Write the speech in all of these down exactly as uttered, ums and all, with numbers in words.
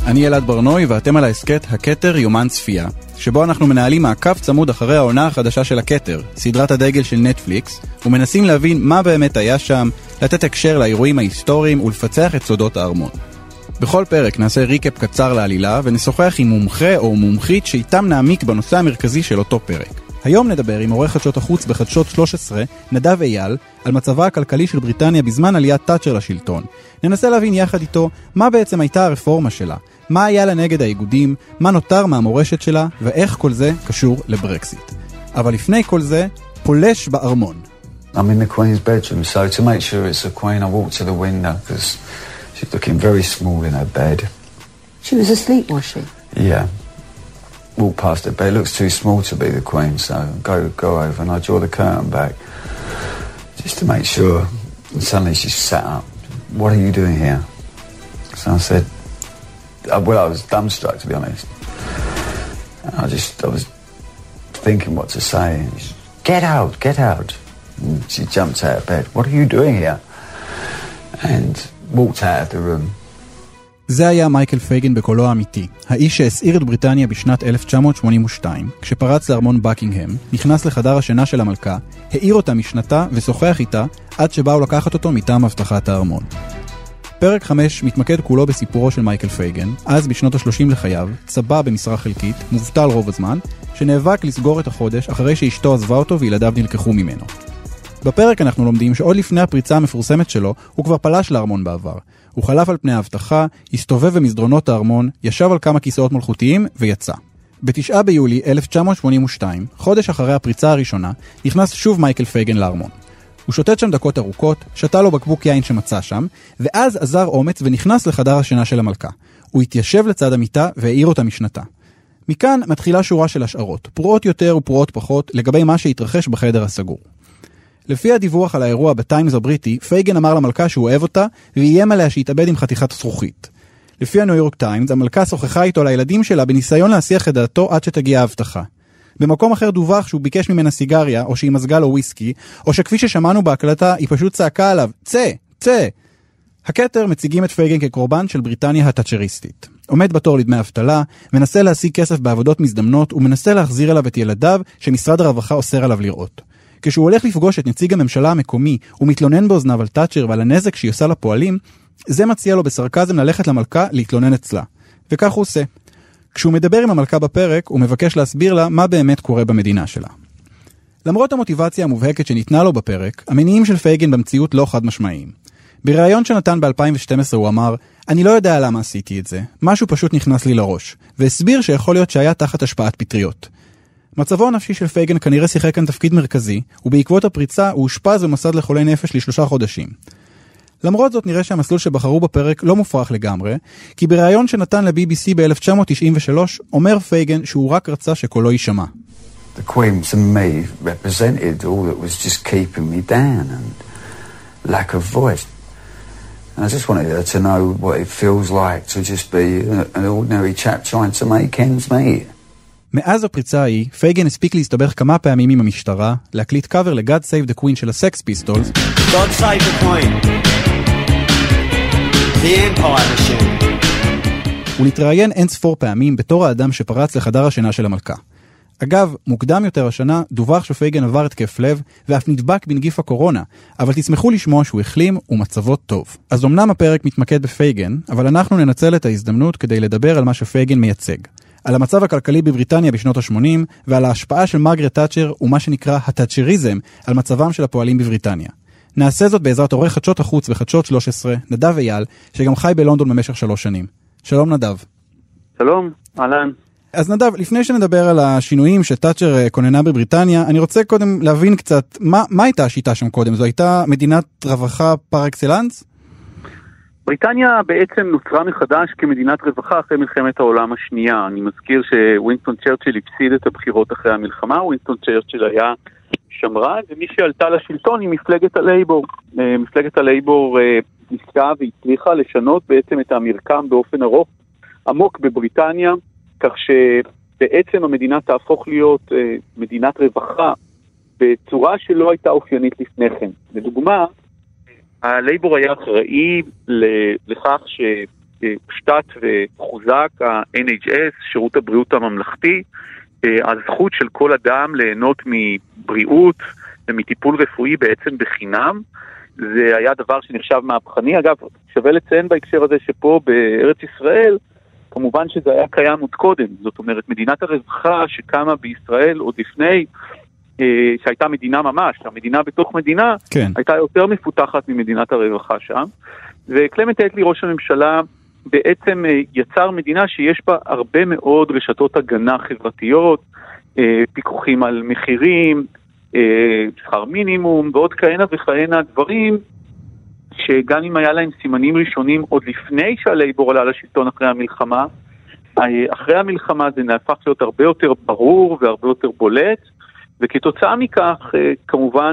אני אלעד ברנוי ואתם על העסקת הכתר יומן צפייה, שבו אנחנו מנהלים מעקב צמוד אחרי העונה החדשה של הכתר, סדרת הדגל של נטפליקס, ומנסים להבין מה באמת היה שם, לתת הקשר לאירועים ההיסטוריים ולפצח את סודות הארמון. בכל פרק נעשה ריקאפ קצר לעלילה ונשוחח עם מומחה או מומחית שאיתם נעמיק בנושא המרכזי של אותו פרק. היום נדבר עם עורך חדשות החוץ בחדשות שלוש עשרה, נדב אייל, על מצבה הכלכלי של בריטניה בזמן עליית תאצ'ר לשלטון. ננסה להבין יחד איתו מה בעצם הייתה הרפורמה שלה, מה היה לה נגד האיגודים, מה נותר מהמורשת שלה, ואיך כל זה קשור לברקסיט. אבל לפני כל זה, פולש בארמון. I'm in the Queen's bedroom, so to make sure it's the Queen, I walked to the window, because she's looking very small in her bed. She was asleep, was she? Yeah. Walk past her bed, it looks too small to be the Queen, so go go over and I draw the curtain back, just to make sure. And suddenly she sat up. What are you doing here? So I said, well, I was dumbstruck, to be honest. And I just, I was thinking what to say. And she said, get out, get out. And she jumped out of bed. What are you doing here? And walked out of the room. זה היה מייקל פייגן בקולו האמיתי, האיש שהסעיר את בריטניה בשנת אלף תשע מאות שמונים ושתיים, כשפרץ לארמון בקינגהם, נכנס לחדר השינה של המלכה, העיר אותה משנתה ושוחח איתה, עד שבאו לקחת אותו מטעם הבטחת הארמון. פרק חמש מתמקד כולו בסיפורו של מייקל פייגן, אז בשנות ה-שלושים לחייו, צבא במשרה חלקית, מובטל רוב הזמן, שנאבק לסגור את החודש אחרי שאשתו עזבה אותו וילדיו נלקחו ממנו. בפרק אנחנו לומדים שעוד לפני הפריצה המפורסמת שלו, הוא כבר פלש לארמון בעבר. הוא חלף על פני ההבטחה, הסתובב במסדרונות הארמון, ישב על כמה כיסאות מלכותיים ויצא. בתשעה ביולי אלף תשע מאות שמונים ושתיים, חודש אחרי הפריצה הראשונה, נכנס שוב מייקל פייגן לארמון. הוא שוטט שם דקות ארוכות, שתה לו בקבוק יין שמצא שם, ואז עזר אומץ ונכנס לחדר השינה של המלכה. הוא התיישב לצד המיטה והעיר אותה משנתה. מכאן מתחילה שורה של השערות, פרועות יותר ופרועות פחות, לגבי מה שהתרחש בחדר הסגור. לפי הדיווח על האירוע בטיימס הבריטי, פייגן אמר למלכה שהוא אוהב אותה, ואיים עליה שיתאבד עם חתיכת זכוכית. לפי הניו יורק טיימס, המלכה שוחחה איתו לילדים שלה בניסיון להסיח את דעתו עד שתגיע ההבטחה. במקום אחר דווח שהוא ביקש ממנה סיגריה, או שהיא מזגה לו וויסקי, או שכפי ששמענו בהקלטה, היא פשוט צעקה עליו, צא, צא. הכתר מציגים את פייגן כקורבן של בריטניה התאצ'ריסטית. עומד בתור לדמי אבטלה, מנסה להשיג כסף בעבודות מזדמנות, ומנסה להחזיר אליו את ילדיו שמשרד הרווחה אוסר עליו לראות. כשהוא הולך לפגוש את נציג הממשלה המקומי ומתלונן באוזניו על תאצ'ר ועל הנזק שהיא עושה לפועלים, זה מציע לו בסרקזם ללכת למלכה להתלונן אצלה. וכך הוא עושה. כשהוא מדבר עם המלכה בפרק, הוא מבקש להסביר לה מה באמת קורה במדינה שלה. למרות המוטיבציה המובהקת שניתנה לו בפרק, המניעים של פייגן במציאות לא חד משמעיים. בראיון שנתן ב-אלפיים ושתים עשרה הוא אמר, אני לא יודע למה עשיתי את זה, משהו פשוט נכנס לי לראש, והסביר שיכול להיות שהיה תחת השפעת פטריות. מצבו הנפשי של פייגן כנראה שיחק כאן תפקיד מרכזי, ובעקבות הפריצה הוא אושפז במוסד לחולי נפש לשלושה חודשים. למרות זאת נראה שהמסלול שבחרו בפרק לא מופרך לגמרי, כי בראיון שנתן ל-בי בי סי ב-אלף תשע מאות תשעים ושלוש אומר פייגן שהוא רק רצה שקולו יישמע. The Queen to me represented all that was just keeping me down and lack of voice. And I just wanted her to know what it feels like to just be an ordinary chap trying to make ends meet. מאז הפריצה ההיא, פייגן הספיק להסתבך כמה פעמים עם המשטרה, להקליט קאבר ל-God Save the Queen של הסקס פיסטולס. God Save the Queen. The Empire Machine. ולהתראיין אין ספור פעמים בתור האדם שפרץ לחדר השינה של המלכה. אגב, מוקדם יותר השנה דווח שפייגן עבר התקף לב ואף נדבק בנגיף הקורונה, אבל תשמחו לשמוע שהוא החלים ומצבו טוב. אז אמנם הפרק מתמקד בפייגן, אבל אנחנו ננצל את ההזדמנות כדי לדבר על מה שפייגן מייצג. על המצב הכלכלי בבריטניה בשנות ה-שמונים, ועל ההשפעה של מרגרט תאצ'ר ומה שנקרא התאצ'ריזם על מצבם של הפועלים בבריטניה. נעשה זאת בעזרת עורך חדשות החוץ וחדשות שלוש עשרה, נדב אייל, שגם חי בלונדון במשך שלוש שנים. שלום נדב. שלום, אהלן. אז נדב, לפני שנדבר על השינויים שתאצ'ר כוננה בבריטניה, אני רוצה קודם להבין קצת, מה, מה הייתה השיטה שם קודם? זו הייתה מדינת רווחה פר אקסלנס? בריטניה בעצם נוצרה מחדש כמדינת רווחה אחרי מלחמת העולם השנייה. אני מזכיר שווינסטון צ'רצ'יל הפסיד את הבחירות אחרי המלחמה, ווינסטון צ'רצ'יל היה שמרן, ומי שעלתה לשלטון היא מפלגת הלייבור. מפלגת הלייבור ניסתה והצליחה לשנות בעצם את המרקם באופן ארוך, עמוק בבריטניה, כך שבעצם המדינה תהפוך להיות מדינת רווחה בצורה שלא הייתה אופיינית לפני כן. לדוגמה, הלייבור היה אחראי לכך פשטת וחוזק ה-אן אייץ' אס, שירות הבריאות הממלכתי, הזכות של כל אדם ליהנות מבריאות ומטיפול רפואי בעצם בחינם. זה היה דבר שנחשב מהפכני. אגב, שווה לציין בהקשר הזה שפה בארץ ישראל, כמובן שזה היה קיים עוד קודם. זאת אומרת, מדינת הרווחה שקמה בישראל עוד לפני, אה, שהייתה מדינה ממש, המדינה בתוך מדינה, כן. הייתה יותר מפותחת ממדינת הרווחה שם. וקלמנט אטלי, ראש הממשלה, בעצם אה, יצר מדינה שיש בה הרבה מאוד רשתות הגנה חברתיות, אה, פיקוחים על מחירים, שכר מינימום ועוד כהנה וכהנה דברים שגם אם היה להם סימנים ראשונים עוד לפני שהלייבור עלה לשלטון אחרי המלחמה, אחרי המלחמה זה נהפך להיות הרבה יותר ברור והרבה יותר בולט, וכתוצאה מכך כמובן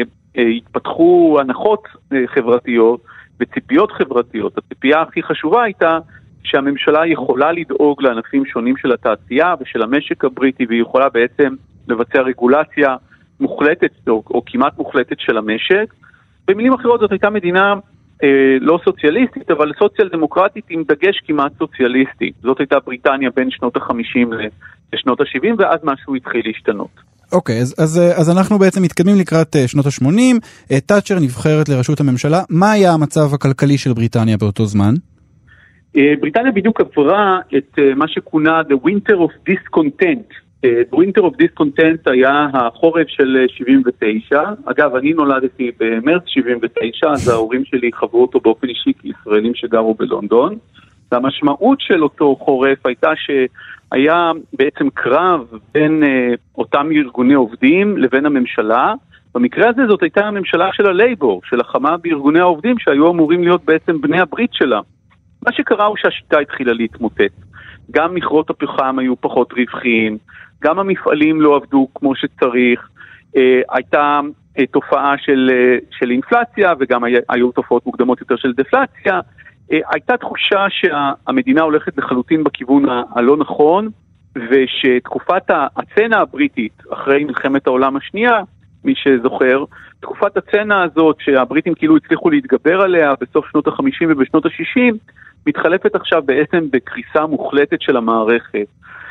התפתחו הנחות חברתיות וציפיות חברתיות. הציפייה הכי חשובה הייתה שהממשלה יכולה לדאוג לענפים שונים של התעשייה ושל המשק הבריטי, והיא יכולה בעצם לבצע רגולציה מוחלטת או, או כמעט מוחלטת של המשק. במילים אחרות זאת הייתה מדינה אה, לא סוציאליסטית, אבל סוציאל דמוקרטית עם דגש כמעט סוציאליסטי. זאת הייתה בריטניה בין שנות ה-חמישים לשנות ה-שבעים, ואז משהו התחיל להשתנות. אוקיי, אז, אז, אז אנחנו בעצם מתקדמים לקראת שנות ה-שמונים, תאצ'ר נבחרת לראשות הממשלה. מה היה המצב הכלכלי של בריטניה באותו זמן? בריטניה בדיוק עברה את מה שכונה The Winter of Discontent. The Winter of Discontent היה החורף של שבעים ותשע. אגב, אני נולדתי במרץ שבעים ותשע, אז ההורים שלי חוו אותו באופן אישי כישראלים שגרו בלונדון. והמשמעות של אותו חורף הייתה שהיה בעצם קרב בין uh, אותם ארגוני עובדים לבין הממשלה. במקרה הזה זאת הייתה הממשלה של הלייבור, של החמה בארגוני העובדים שהיו אמורים להיות בעצם בני הברית שלה. מה שקרה הוא שהשיטה התחילה להתמוטט. גם מכרות הפחם היו פחות רווחיים, גם המפעלים לא עבדו כמו שצריך, אה, הייתה אה, תופעה של, אה, של אינפלציה, וגם היה, היו תופעות מוקדמות יותר של דפלציה. אה, הייתה תחושה שהמדינה הולכת לחלוטין בכיוון ה- הלא נכון, ושתקופת הצנע הבריטית, אחרי מלחמת העולם השנייה, מי שזוכר, תקופת הצנע הזאת שהבריטים כאילו הצליחו להתגבר עליה בסוף שנות ה-חמישים ובשנות ה-שישים, מתחלפת עכשיו בעצם בקריסה מוחלטת של המערכת.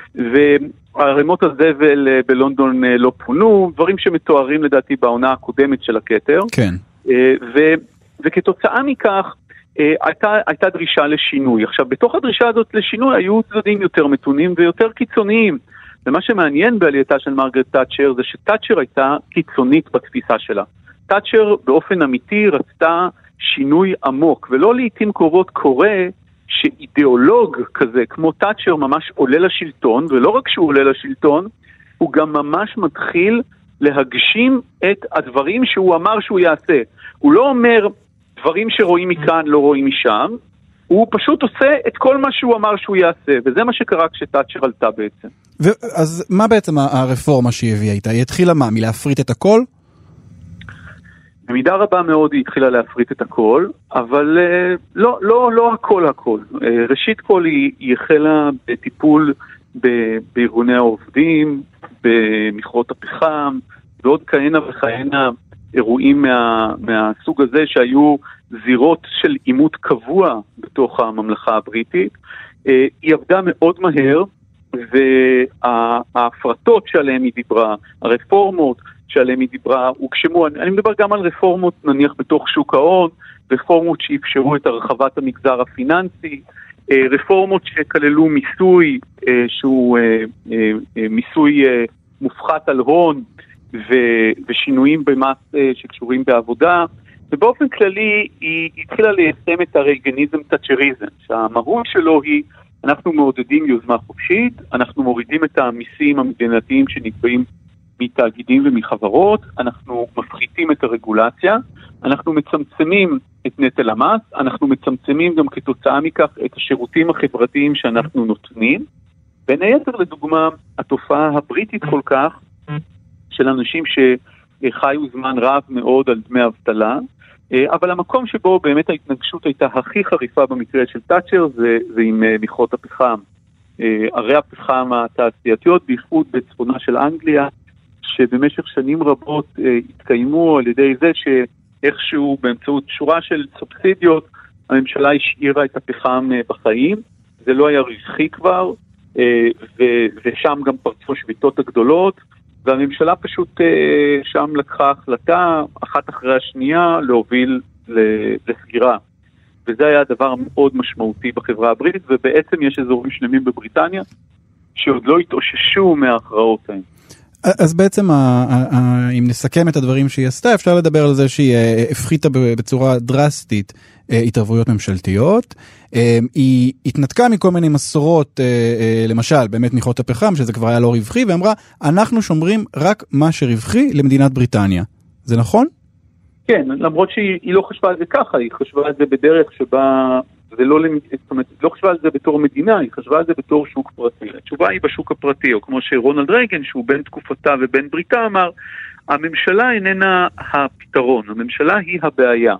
והרמות הזבל בלונדון לא פונו, דברים שמתוארים לדעתי בעונה הקודמת של הכתר. כן. ו- וכתוצאה מכך הייתה, הייתה דרישה לשינוי. עכשיו, בתוך הדרישה הזאת לשינוי היו צדדים יותר מתונים ויותר קיצוניים. ומה שמעניין בעלייתה של מרגרט תאצ'ר זה שתאצ'ר הייתה קיצונית בתפיסה שלה. תאצ'ר באופן אמיתי רצתה שינוי עמוק, ולא לעתים קרובות קורה שאידיאולוג כזה כמו תאצ'ר ממש עולה לשלטון, ולא רק שהוא עולה לשלטון, הוא גם ממש מתחיל להגשים את הדברים שהוא אמר שהוא יעשה. הוא לא אומר דברים שרואים מכאן לא רואים משם, הוא פשוט עושה את כל מה שהוא אמר שהוא יעשה, וזה מה שקרה כשתאצ'ר עלתה בעצם. אז מה בעצם הרפורמה שהיא הביאה איתה? היא התחילה מה? מלהפריט את הכל? במידה רבה מאוד היא התחילה להפריט את הכל, אבל לא, לא, לא הכל הכל. ראשית כל היא, היא החלה בטיפול ב- בארגוני העובדים, במכרות הפחם, ועוד כהנה וכהנה אירועים מה, מהסוג הזה שהיו זירות של עימות קבוע בתוך הממלכה הבריטית. היא עבדה מאוד מהר, וההפרטות שעליהן היא דיברה, הרפורמות שעליהן היא דיברה, הוגשמו. אני מדבר גם על רפורמות נניח בתוך שוק ההון, רפורמות שאפשרו את הרחבת המגזר הפיננסי, רפורמות שכללו מיסוי שהוא מיסוי מופחת על הון, ושינויים במס שקשורים בעבודה, ובאופן כללי היא התחילה ליישם את הרייגניזם תאצ'ריזם, שהמהות שלו היא, אנחנו מעודדים יוזמה חופשית, אנחנו מורידים את המיסים המדינתיים שנקבעים מתאגידים ומחברות, אנחנו מפחיתים את הרגולציה, אנחנו מצמצמים את נטל המס, אנחנו מצמצמים גם כתוצאה מכך את השירותים החברתיים שאנחנו נותנים, בין היתר לדוגמה התופעה הבריטית כל כך, של אנשים שחיו זמן רב מאוד על דמי אבטלה, אבל המקום שבו באמת ההתנגשות הייתה הכי חריפה במקרה של תאצ'ר זה, זה עם מכרות הפחם. ערי הפחם התעשייתיות, בייחוד בצפונה של אנגליה, שבמשך שנים רבות התקיימו על ידי זה שאיכשהו באמצעות שורה של סובסידיות הממשלה השאירה את הפחם בחיים, זה לא היה רווחי כבר, ושם גם פרצו השביתות הגדולות, והממשלה פשוט שם לקחה החלטה, אחת אחרי השנייה, להוביל לסגירה. וזה היה הדבר המאוד משמעותי בחברה הבריטית, ובעצם יש אזורים שלמים בבריטניה, שעוד לא התאוששו מההכרעות ההם. אז בעצם, אם נסכם את הדברים שהיא עשתה, אפשר לדבר על זה שהיא הפחיתה בצורה דרסטית התערבויות ממשלתיות. היא התנתקה מכל מיני מסורות, למשל, באמת מיכות הפחם, שזה כבר היה לא רווחי, ואמרה, אנחנו שומרים רק מה שרווחי למדינת בריטניה. זה נכון? כן, למרות שהיא לא חשבה על זה ככה, היא חשבה על זה בדרך שבה, זה לא, זאת אומרת, לא חשבה על זה בתור מדינה, היא חשבה על זה בתור שוק פרטי. התשובה היא בשוק הפרטי, או כמו שרונלד רייגן, שהוא בין תקופתה ובין בריתה, אמר, הממשלה איננה הפתרון, הממשלה היא הבעיה.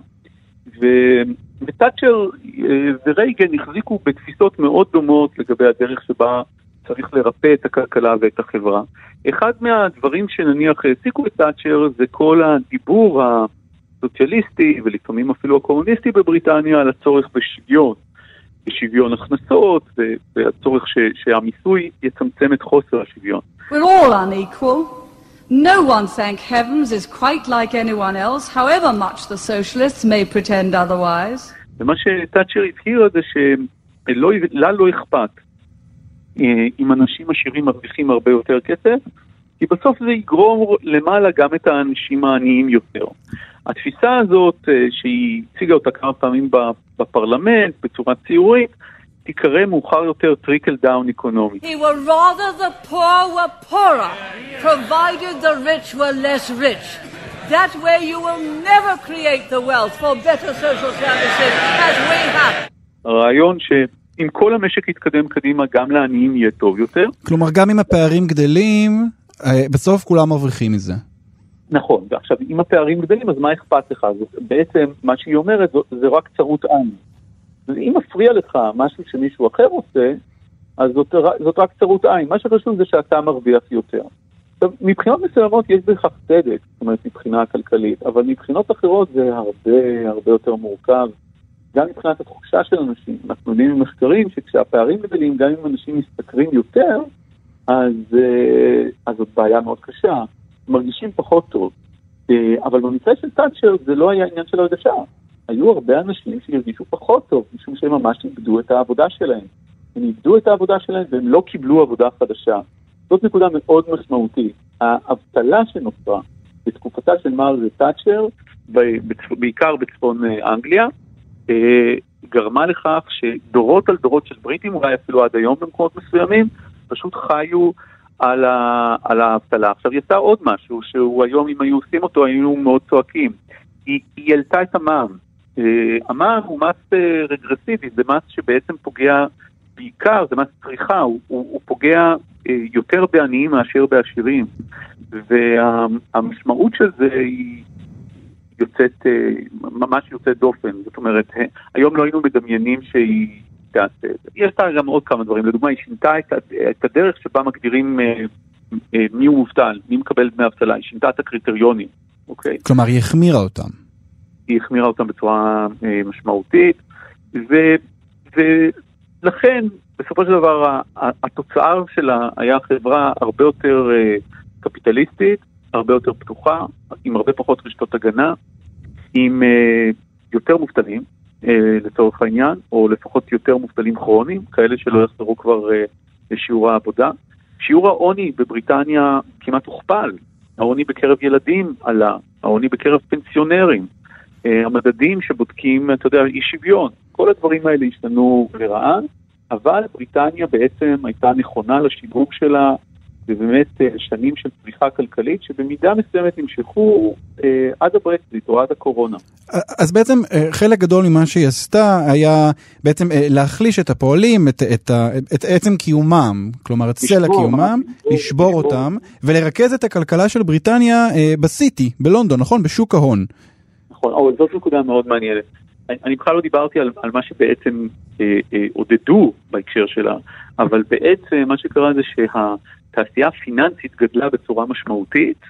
ותאצ'ר ורייגן החזיקו בתפיסות מאוד דומות לגבי הדרך שבה צריך לרפא את הכלכלה ואת החברה. אחד מהדברים שנניח העסיקו את תאצ'ר זה כל הדיבור הסוציאליסטי ולפעמים אפילו הקומוניסטי בבריטניה על הצורך בשוויון, בשוויון הכנסות והצורך ש- שהמיסוי יצמצם את חוסר השוויון. We're all unequal. No one, thank heavens, is quite like anyone else, however much the socialists may pretend otherwise. ומה שתאצ'ר הבהירה זה שלה לא אכפת אם אנשים עשירים מרוויחים הרבה יותר כסף, כי בסוף זה יגרום למעלה גם את האנשים העניים יותר. התפיסה הזאת, שהיא הציגה אותה כמה פעמים בפרלמנט, בצורה ציורית, תיקרא מאוחר יותר trickle down economy. He would rather the poor were poorer, provided the rich were less rich. That way you will never create the wealth for better social services as we have. הרעיון שאם כל המשק יתקדם קדימה, גם לעניים יהיה טוב יותר. כלומר, גם אם הפערים גדלים, בסוף כולם מרוויחים מזה. נכון, ועכשיו, אם הפערים גדלים, אז מה אכפת לך? בעצם, מה שהיא אומרת, זה רק צרות עין. אם מפריע לך משהו שמישהו אחר עושה, אז זאת, זאת רק צרות עין. מה שחשוב זה שאתה מרוויח יותר. עכשיו, מבחינות מסוימות יש בכך צדק, זאת אומרת, מבחינה כלכלית, אבל מבחינות אחרות זה הרבה, הרבה יותר מורכב. גם מבחינת התחושה של אנשים. אנחנו יודעים ממחקרים שכשהפערים גדלים, גם אם אנשים משתכרים יותר, אז, אז זאת בעיה מאוד קשה. מרגישים פחות טוב. אבל במקרה של תאצ'ר זה לא היה עניין של הרגשה. היו הרבה אנשים שהרגישו פחות טוב, משום שהם ממש איבדו את העבודה שלהם. הם איבדו את העבודה שלהם והם לא קיבלו עבודה חדשה. זאת נקודה מאוד משמעותית. האבטלה שנוצרה בתקופתה של מרגרט תאצ'ר, בעיקר בצפון אנגליה, גרמה לכך שדורות על דורות של בריטים, אולי אפילו עד היום במקומות מסוימים, פשוט חיו על, ה, על האבטלה. עכשיו יצא עוד משהו, שהוא היום אם היו עושים אותו, היינו מאוד צועקים. היא, היא העלתה את המע"מ. המע"מ הוא מס רגרסיבי, זה מס שבעצם פוגע בעיקר, זה מס צריכה, הוא, הוא, הוא פוגע יותר בעניים מאשר בעשירים. והמשמעות של זה היא יוצאת, ממש יוצאת דופן. זאת אומרת, היום לא היינו מדמיינים שהיא תעשה את זה. יש גם עוד כמה דברים. לדוגמה, היא שינתה את, את הדרך שבה מגדירים מי הוא מובטל, מי מקבל דמי אבטלה. היא שינתה את הקריטריונים. אוקיי? כלומר, היא החמירה אותם. היא החמירה אותם בצורה משמעותית, ו, ולכן, בסופו של דבר, התוצאה שלה היה חברה הרבה יותר קפיטליסטית, הרבה יותר פתוחה, עם הרבה פחות רשתות הגנה, עם יותר מובטלים, לצורך העניין, או לפחות יותר מובטלים כרוניים, כאלה שלא יחזרו כבר לשיעור העבודה. שיעור העוני בבריטניה כמעט הוכפל. העוני בקרב ילדים עלה, העוני בקרב פנסיונרים, המדדים שבודקים, אתה יודע, אי שוויון, כל הדברים האלה השתנו לרעה, אבל בריטניה בעצם הייתה נכונה לשיווק שלה, ובאמת שנים של צמיחה כלכלית, שבמידה מסוימת המשכו אה, עד הברקזיט או עד הקורונה. אז בעצם חלק גדול ממה שהיא עשתה היה בעצם להחליש את הפועלים, את, את, את, את עצם קיומם, כלומר את סלע קיומם, לשבור, לשבור אותם, ולרכז את הכלכלה של בריטניה אה, בסיטי, בלונדון, נכון? בשוק ההון. נכון, אבל זאת נקודה מאוד מעניינת. אני, אני בכלל לא דיברתי על, על מה שבעצם אה, אה, עודדו בהקשר שלה, אבל בעצם מה שקרה זה שה... התעשייה הפיננסית גדלה בצורה משמעותית,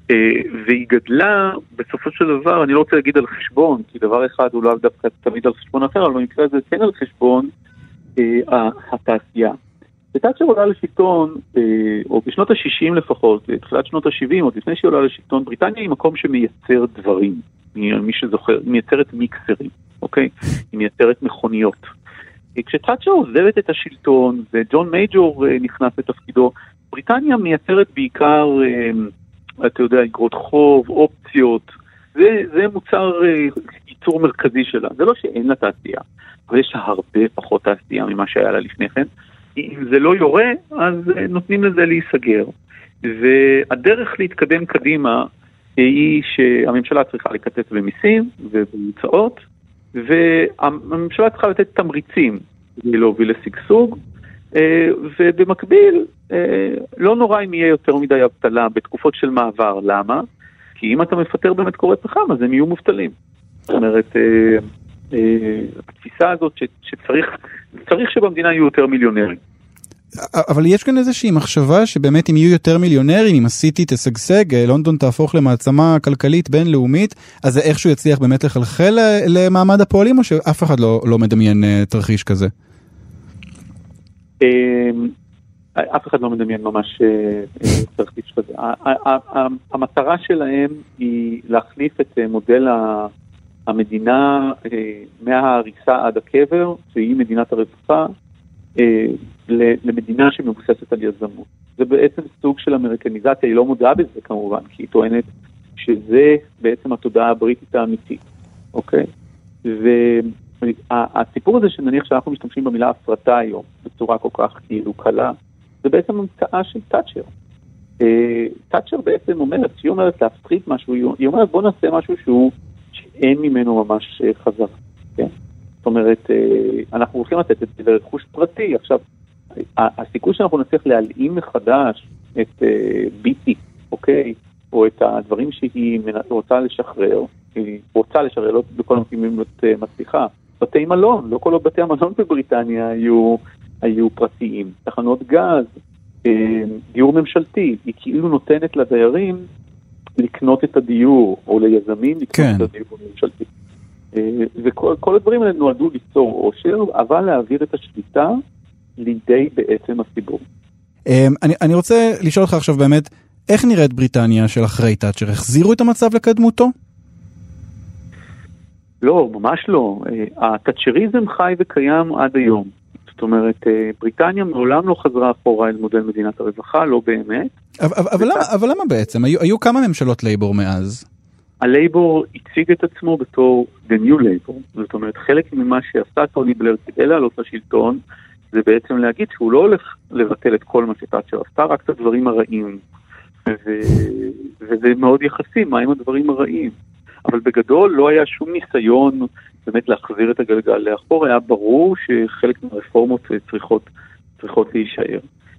והיא גדלה בסופו של דבר, אני לא רוצה להגיד על חשבון, כי דבר אחד הוא לא דווקא תמיד על חשבון אחר, אבל במקרה הזה כן על חשבון התעשייה. ותאצ'ר עולה לשלטון, או בשנות ה-שישים לפחות, תחילת שנות ה-שבעים, עוד לפני שהיא עולה לשלטון, בריטניה היא מקום שמייצר דברים, מי שזוכר, היא מייצרת מיקסרים, אוקיי? היא מייצרת מכוניות. כשתאצ'ר עוזבת את השלטון, וג'ון מייג'ור נכנס לתפקידו, בריטניה מייצרת בעיקר, אתה יודע, אגרות חוב, אופציות, זה, זה מוצר ייצור מרכזי שלה. זה לא שאין לה תעשייה, אבל יש הרבה פחות תעשייה ממה שהיה לה לפני כן. אם זה לא יורה, אז נותנים לזה להיסגר. והדרך להתקדם קדימה היא שהממשלה צריכה לקצץ במיסים ובהוצאות, והממשלה צריכה לתת תמריצים להוביל לסגסוג, ובמקביל לא נורא אם יהיה יותר מדי אבטלה בתקופות של מעבר. למה? כי אם אתה מפטר באמת קורא פחם, אז הם יהיו מובטלים. זאת אומרת, התפיסה הזאת שצריך צריך שבמדינה יהיו יותר מיליונרים. אבל יש כאן איזושהי מחשבה שבאמת אם יהיו יותר מיליונרים, אם הסיטי תשגשג, לונדון תהפוך למעצמה כלכלית בינלאומית, אז זה איכשהו יצליח באמת לחלחל למעמד הפועלים, או שאף אחד לא, לא מדמיין תרחיש כזה? אף אחד לא מדמיין ממש תרחיש כזה. המטרה שלהם היא להחליף את מודל המדינה מההריסה עד הקבר, שהיא מדינת הרווחה, למדינה שמבוססת על יזמות. זה בעצם סוג של אמריקניזציה, היא לא מודעה בזה כמובן, כי היא טוענת שזה בעצם התודעה הבריטית האמיתית, אוקיי? והסיפור הזה שנניח שאנחנו משתמשים במילה הפרטה היום, בצורה כל כך כאילו קלה, זה בעצם המצאה של תאצ'ר. תאצ'ר בעצם אומרת, שהיא אומרת להפחית משהו, היא אומרת בוא נעשה משהו שהוא, שאין ממנו ממש חזרה, כן? זאת אומרת, אנחנו הולכים לתת את זה לרכוש פרטי. עכשיו, הסיכוי שאנחנו נצליח להלאים מחדש את ביטי, אוקיי? או את הדברים שהיא רוצה לשחרר, היא רוצה לשחרר, לא בכל מקרים את מצליחה. בתי מלון, לא כל בתי המלון בבריטניה היו, היו פרטיים. תחנות גז, דיור ממשלתי, היא כאילו נותנת לדיירים לקנות את הדיור, או ליזמים לקנות כן. את הדיור הממשלתי. וכל כל הדברים האלה נועדו ליצור עושר, אבל להעביר את השליטה לידי בעצם הציבור. אני, אני רוצה לשאול אותך עכשיו באמת, איך נראית בריטניה של אחרי תאצ'ר? החזירו את המצב לקדמותו? לא, ממש לא. התאצ'ריזם חי וקיים עד היום. זאת אומרת, בריטניה מעולם לא חזרה אחורה אל מודל מדינת הרווחה, לא באמת. אבל, אבל, למה, אבל למה בעצם? היו, היו כמה ממשלות לייבור מאז? הלייבור הציג את עצמו בתור the new labor. זאת אומרת, חלק ממה שעשה טוני בלר כדי לעלות לשלטון, זה בעצם להגיד שהוא לא הולך לבטל את כל מה שתאצ'ר עשתה, רק את הדברים הרעים. ו... וזה מאוד יחסי, מה עם הדברים הרעים? אבל בגדול לא היה שום ניסיון באמת להחזיר את הגלגל לאחור, היה ברור שחלק מהרפורמות צריכות, צריכות להישאר.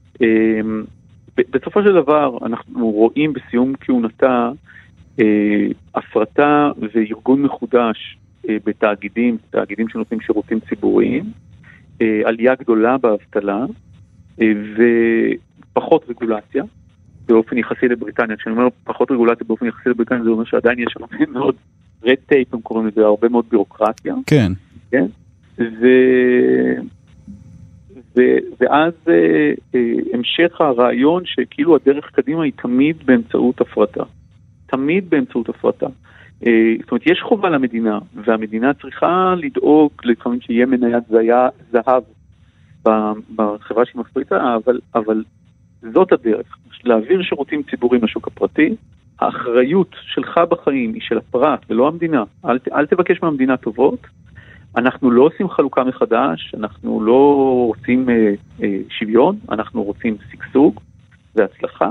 בסופו של דבר אנחנו רואים בסיום כהונתה הפרטה וארגון מחודש בתאגידים, תאגידים שנותנים שירותים ציבוריים, עלייה גדולה באבטלה ופחות רגולציה באופן יחסי לבריטניה. כשאני אומר פחות רגולציה באופן יחסי לבריטניה, זה אומר שעדיין יש הרבה מאוד red tape, הם קוראים לזה, הרבה מאוד בירוקרטיה. כן. כן? ו... ו... ואז המשך הרעיון שכאילו הדרך קדימה היא תמיד באמצעות הפרטה. תמיד באמצעות הפרטה. זאת אומרת, יש חובה למדינה, והמדינה צריכה לדאוג לפעמים שיהיה מניית זהב בחברה שהיא מפריטה, אבל, אבל זאת הדרך. להעביר שירותים ציבוריים לשוק הפרטי, האחריות שלך בחיים היא של הפרט ולא המדינה. אל, אל תבקש מהמדינה טובות. אנחנו לא עושים חלוקה מחדש, אנחנו לא רוצים אה, אה, שוויון, אנחנו רוצים סגסוג והצלחה.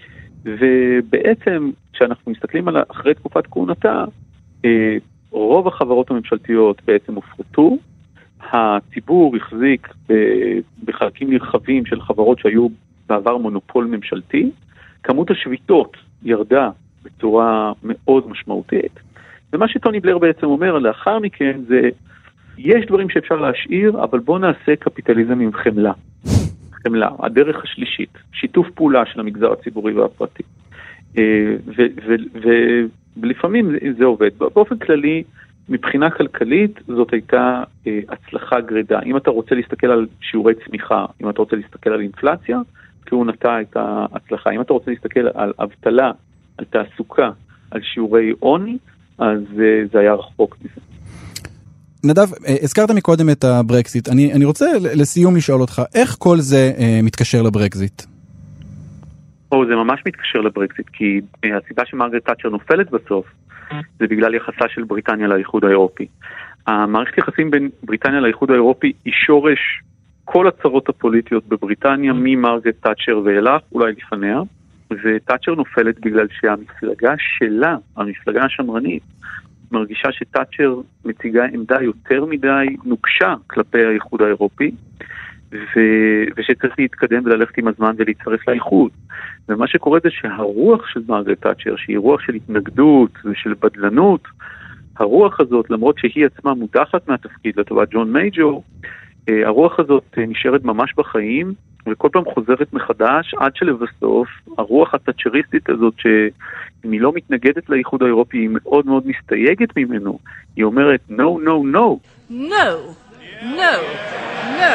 ובעצם כשאנחנו מסתכלים על אחרי תקופת כהונתה, רוב החברות הממשלתיות בעצם הופרטו, הציבור החזיק בחלקים נרחבים של חברות שהיו בעבר מונופול ממשלתי, כמות השביתות ירדה בצורה מאוד משמעותית, ומה שטוני בלר בעצם אומר לאחר מכן זה, יש דברים שאפשר להשאיר, אבל בוא נעשה קפיטליזם עם חמלה. חמלה, הדרך השלישית, שיתוף פעולה של המגזר הציבורי והפרטי. ולפעמים זה עובד. באופן כללי, מבחינה כלכלית, זאת הייתה הצלחה גרידה. אם אתה רוצה להסתכל על שיעורי צמיחה, אם אתה רוצה להסתכל על אינפלציה, כהונתה הייתה הצלחה. אם אתה רוצה להסתכל על אבטלה, על תעסוקה, על שיעורי עוני, אז זה היה רחוק מזה. נדב, הזכרת מקודם את הברקזיט. אני, אני רוצה לסיום לשאול אותך, איך כל זה אה, מתקשר לברקזיט? או, זה ממש מתקשר לברקזיט, כי הסיבה שמרגרט תאצ'ר נופלת בסוף, זה בגלל יחסה של בריטניה לאיחוד האירופי. המערכת יחסים בין בריטניה לאיחוד האירופי היא שורש כל הצרות הפוליטיות בבריטניה, ממרגרט תאצ'ר ואילך, אולי לפניה, ותאצ'ר נופלת בגלל שהמפלגה שלה, המפלגה השמרנית, מרגישה שתאצ'ר מציגה עמדה יותר מדי נוקשה כלפי האיחוד האירופי, ו... ושצריך להתקדם וללכת עם הזמן ולהצטרף לאיחוד. ומה שקורה זה שהרוח של מרגרט תאצ'ר, שהיא רוח של התנגדות ושל בדלנות, הרוח הזאת, למרות שהיא עצמה מודחת מהתפקיד לטובת ג'ון מייג'ור, הרוח הזאת נשארת ממש בחיים, וכל פעם חוזרת מחדש, עד שלבסוף, הרוח התאצ'ריסטית הזאת, שאם היא לא מתנגדת לאיחוד האירופי, היא מאוד מאוד מסתייגת ממנו. היא אומרת, no, no, no. No, no, no.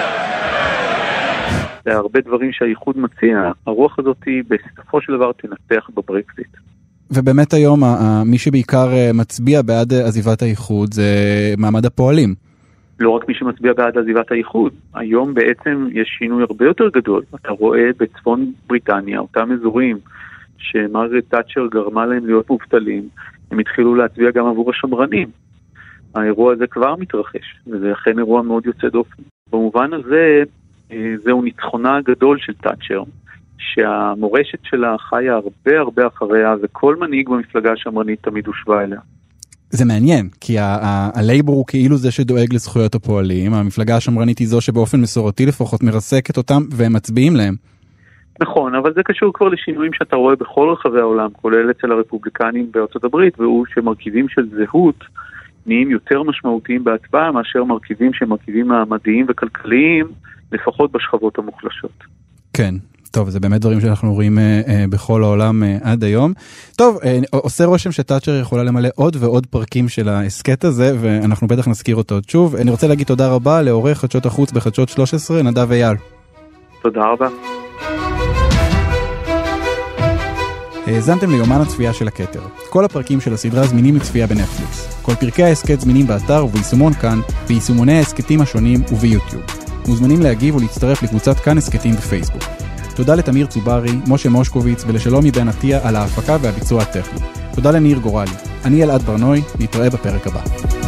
זה הרבה דברים שהאיחוד מציע, הרוח הזאת היא בסופו של דבר תנצח בברקזיט. ובאמת היום, מי שבעיקר מצביע בעד עזיבת האיחוד, זה מעמד הפועלים. לא רק מי שמצביע בעד עזיבת האיחוד. היום בעצם יש שינוי הרבה יותר גדול. אתה רואה בצפון בריטניה, אותם אזורים שמרגרט תאצ'ר גרמה להם להיות מובטלים, הם התחילו להצביע גם עבור השמרנים. האירוע הזה כבר מתרחש, וזה אכן אירוע מאוד יוצא דופן. במובן הזה, זהו ניצחונה הגדול של תאצ'ר, שהמורשת שלה חיה הרבה הרבה אחריה, וכל מנהיג במפלגה השמרנית תמיד הושווה אליה. זה מעניין, כי הלייבור הוא כאילו זה שדואג לזכויות הפועלים, המפלגה השמרנית היא זו שבאופן מסורתי לפחות מרסקת אותם והם מצביעים להם. נכון, אבל זה קשור כבר לשינויים שאתה רואה בכל רחבי העולם, כולל אצל הרפובליקנים בארצות הברית, והוא שמרכיבים של זהות נהיים יותר משמעותיים בהצבעה, מאשר מרכיבים שמרכיבים מעמדיים וכלכליים, לפחות בשכבות המוחלשות. כן. טוב, זה באמת דברים שאנחנו רואים אה, אה, בכל העולם אה, עד היום. טוב, אה, עושה רושם שתאצ'ר יכולה למלא עוד ועוד פרקים של העסקת הזה, ואנחנו בטח נזכיר אותו עוד שוב. אני רוצה להגיד תודה רבה לעורך חדשות החוץ בחדשות שלוש עשרה, נדב אייל. תודה רבה. האזנתם ליומן הצפייה של הכתר. כל הפרקים של הסדרה זמינים לצפייה בנטפליקס. כל פרקי העסקת זמינים באתר וביישומון כאן, ביישומוני העסקתים השונים וביוטיוב. מוזמנים להגיב ולהצטרף לקבוצת כאן עסקתים בפייסבוק. תודה לתמיר צוברי, משה מושקוביץ ולשלומי בן עטיה על ההפקה והביצוע הטכני. תודה לניר גורלי. אני אלעד ברנוי, נתראה בפרק הבא.